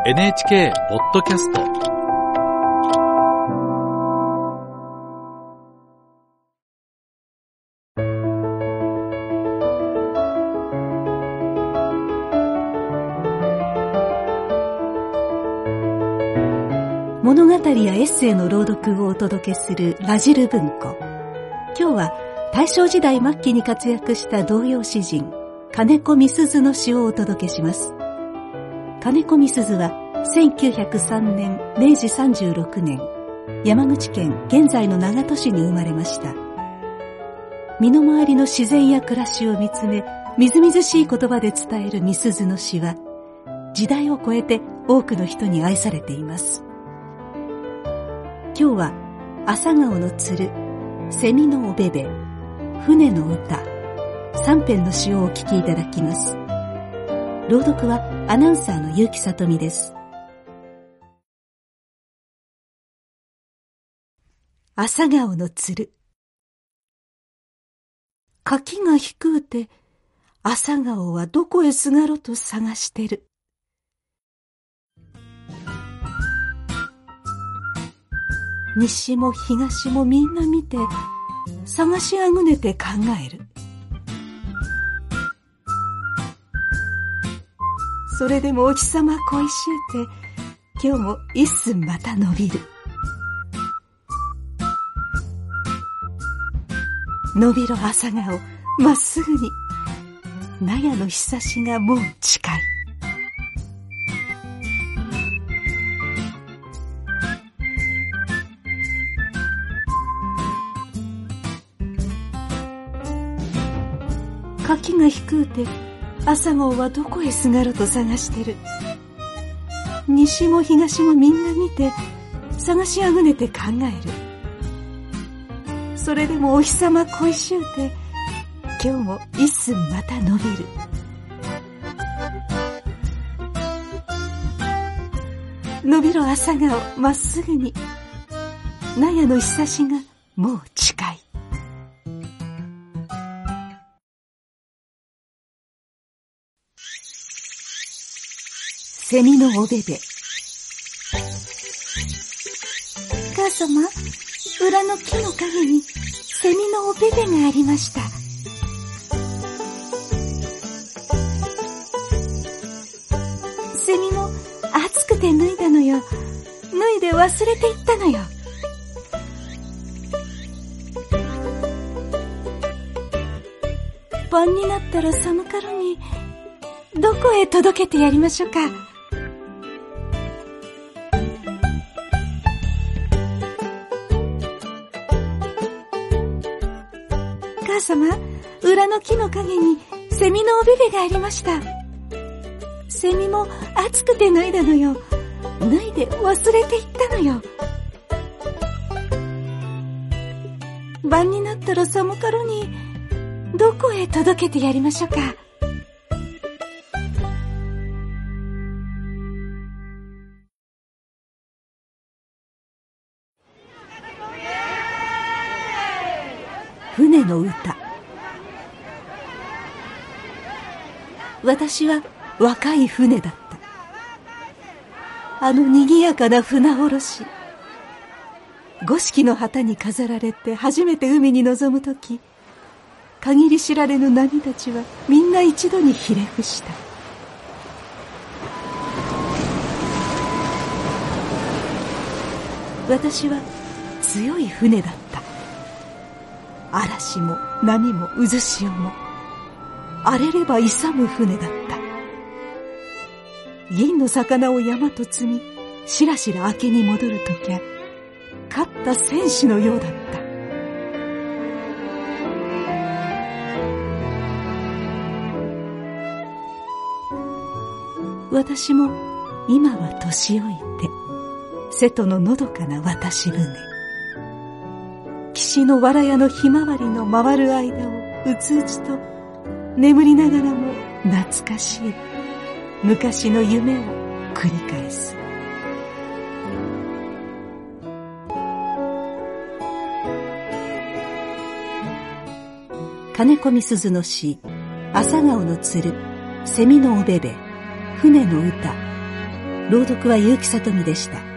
NHK ポッドキャスト。 物語やエッセイの朗読をお届けするラジル文庫。今日は大正時代末期に活躍した童謡詩人金子みすゞの詩をお届けします。金子みすゞは1903年明治36年山口県現在の長門市に生まれました。身の回りの自然や暮らしを見つめ、みずみずしい言葉で伝えるみすゞの詩は時代を超えて多くの人に愛されています。今日は朝顔のつる、セミのおべべ、船の歌、3編の詩をお聞きいただきます。朗読はアナウンサーの結城里美です。朝顔のつる。柿が低うて朝顔はどこへすがろと探してる。西も東もみんな見て探しあぐねて考える。それでもお日様恋しゅうて今日も一寸また伸びる。伸びろ朝顔まっすぐに、納屋の日差しがもう近い。柿が低うて朝顔はどこへすがろと探してる。西も東もみんな見て探しあぐねて考える。それでもお日様恋しゅうて今日も一寸また伸びる。伸びろ朝顔まっすぐに、納屋の日差しがもう近い。セミのおべべ。母様、裏の木の陰にセミのおべべがありました。セミも暑くて脱いだのよ。脱いで忘れていったのよ。晩になったら寒かろにどこへ届けてやりましょうか。母様、裏の木の陰にセミのおべべがありました。セミも暑くて脱いだのよ。脱いで忘れていったのよ。晩になったら寒かろにどこへ届けてやりましょうか。船の歌。私は若い船だった。あのにぎやかな船おろし、五色の旗に飾られて初めて海に臨むとき、限り知られぬ波たちはみんな一度にひれ伏した。私は強い船だった。嵐も波も渦潮も荒れれば勇む船だった。銀の魚を山と積み、しらしら明けに戻るときゃ勝った戦士のようだった。私も今は年老いて瀬戸ののどかな渡し船、岸の藁屋のひまわりの回る間をうつうつと眠りながらも懐かしい昔の夢を繰り返す。金子みすゞの詩、朝顔のつる、セミのおべべ、船の歌、 朗読は結城さとみでした。